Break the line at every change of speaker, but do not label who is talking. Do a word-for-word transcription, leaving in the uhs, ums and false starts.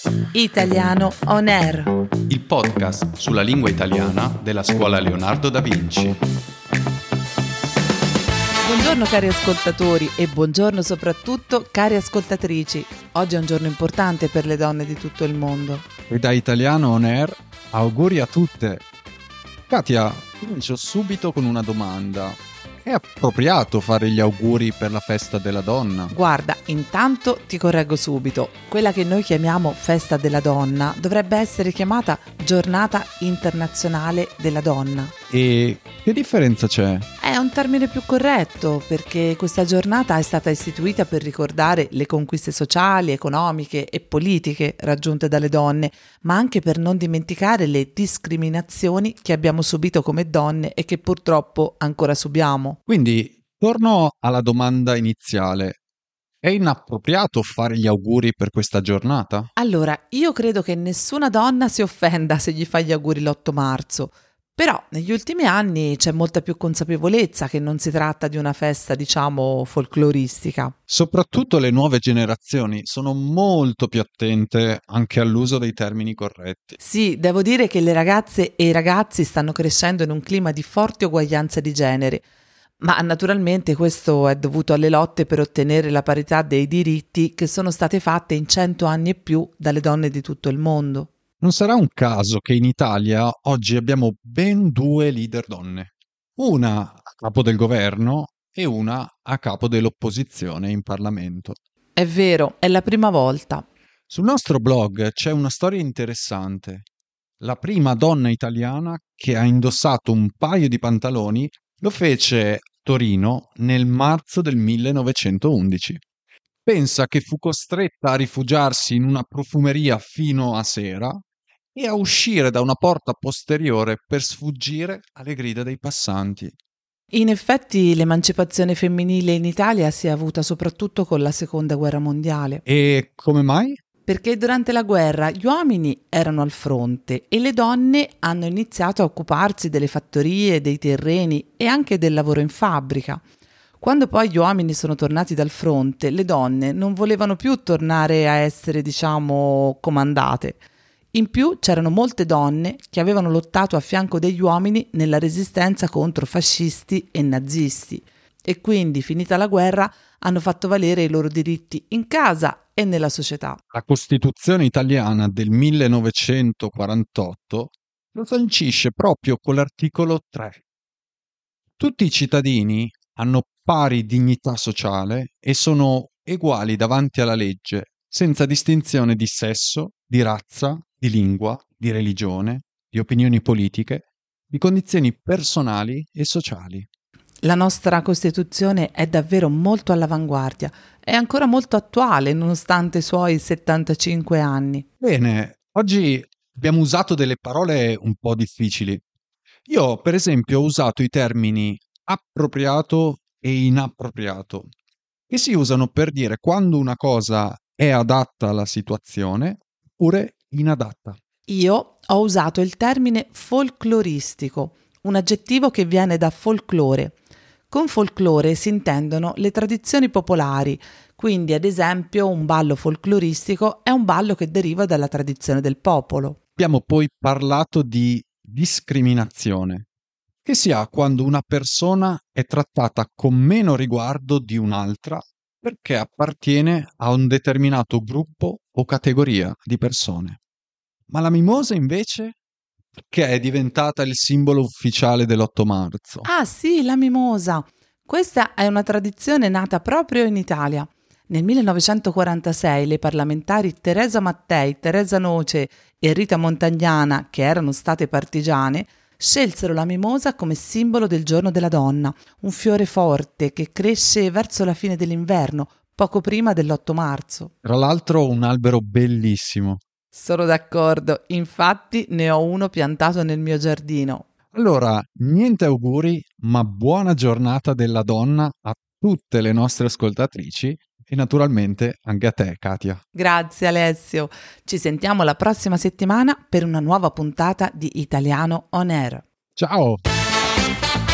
Italiano On Air,
il podcast sulla lingua italiana della Scuola Leonardo da Vinci.
Buongiorno cari ascoltatori e buongiorno soprattutto cari ascoltatrici. Oggi è un giorno importante per le donne di tutto il mondo.
E da Italiano On Air, auguri a tutte. Katia, comincio subito con una domanda. È appropriato fare gli auguri per la festa della donna?
Guarda, intanto ti correggo subito. Quella che noi chiamiamo festa della donna dovrebbe essere chiamata Giornata Internazionale della Donna.
E che differenza c'è?
È un termine più corretto perché questa giornata è stata istituita per ricordare le conquiste sociali, economiche e politiche raggiunte dalle donne, ma anche per non dimenticare le discriminazioni che abbiamo subito come donne e che purtroppo ancora subiamo.
Quindi, torno alla domanda iniziale. È inappropriato fare gli auguri per questa giornata?
Allora, io credo che nessuna donna si offenda se gli fai gli auguri l'otto marzo. Però negli ultimi anni c'è molta più consapevolezza che non si tratta di una festa, diciamo, folcloristica.
Soprattutto le nuove generazioni sono molto più attente anche all'uso dei termini corretti.
Sì, devo dire che le ragazze e i ragazzi stanno crescendo in un clima di forte uguaglianza di genere, ma naturalmente questo è dovuto alle lotte per ottenere la parità dei diritti che sono state fatte in cento anni e più dalle donne di tutto il mondo.
Non sarà un caso che in Italia oggi abbiamo ben due leader donne, una a capo del governo e una a capo dell'opposizione in Parlamento.
È vero, è la prima volta.
Sul nostro blog c'è una storia interessante. La prima donna italiana che ha indossato un paio di pantaloni lo fece a Torino nel marzo del millenovecentoundici. Pensa che fu costretta a rifugiarsi in una profumeria fino a sera e a uscire da una porta posteriore per sfuggire alle grida dei passanti.
In effetti l'emancipazione femminile in Italia si è avuta soprattutto con la Seconda Guerra Mondiale.
E come mai?
Perché durante la guerra gli uomini erano al fronte e le donne hanno iniziato a occuparsi delle fattorie, dei terreni e anche del lavoro in fabbrica. Quando poi gli uomini sono tornati dal fronte, le donne non volevano più tornare a essere, diciamo, comandate. In più c'erano molte donne che avevano lottato a fianco degli uomini nella resistenza contro fascisti e nazisti e quindi, finita la guerra, hanno fatto valere i loro diritti in casa e nella società.
La Costituzione italiana del millenovecentoquarantotto lo sancisce proprio con l'articolo tre. Tutti i cittadini hanno pari dignità sociale e sono uguali davanti alla legge, senza distinzione di sesso, di razza, di lingua, di religione, di opinioni politiche, di condizioni personali e sociali.
La nostra Costituzione è davvero molto all'avanguardia, è ancora molto attuale nonostante i suoi settantacinque anni.
Bene, oggi abbiamo usato delle parole un po' difficili. Io, per esempio, ho usato i termini appropriato e inappropriato, che si usano per dire quando una cosa è adatta alla situazione oppure inadatta.
Io ho usato il termine folcloristico, un aggettivo che viene da folklore. Con folklore si intendono le tradizioni popolari, quindi ad esempio un ballo folcloristico è un ballo che deriva dalla tradizione del popolo.
Abbiamo poi parlato di discriminazione, che si ha quando una persona è trattata con meno riguardo di un'altra perché appartiene a un determinato gruppo o categoria di persone. Ma la mimosa invece? Che è diventata il simbolo ufficiale dell'otto marzo.
Ah sì, la mimosa! Questa è una tradizione nata proprio in Italia. Nel millenovecentoquarantasei le parlamentari Teresa Mattei, Teresa Noce e Rita Montagnana, che erano state partigiane, scelsero la mimosa come simbolo del giorno della donna, un fiore forte che cresce verso la fine dell'inverno, poco prima dell'otto marzo.
Tra l'altro un albero bellissimo.
Sono d'accordo, infatti ne ho uno piantato nel mio giardino.
Allora, niente auguri, ma buona giornata della donna a tutte le nostre ascoltatrici e naturalmente anche a te, Katia.
Grazie Alessio, ci sentiamo la prossima settimana per una nuova puntata di Italiano On Air.
Ciao!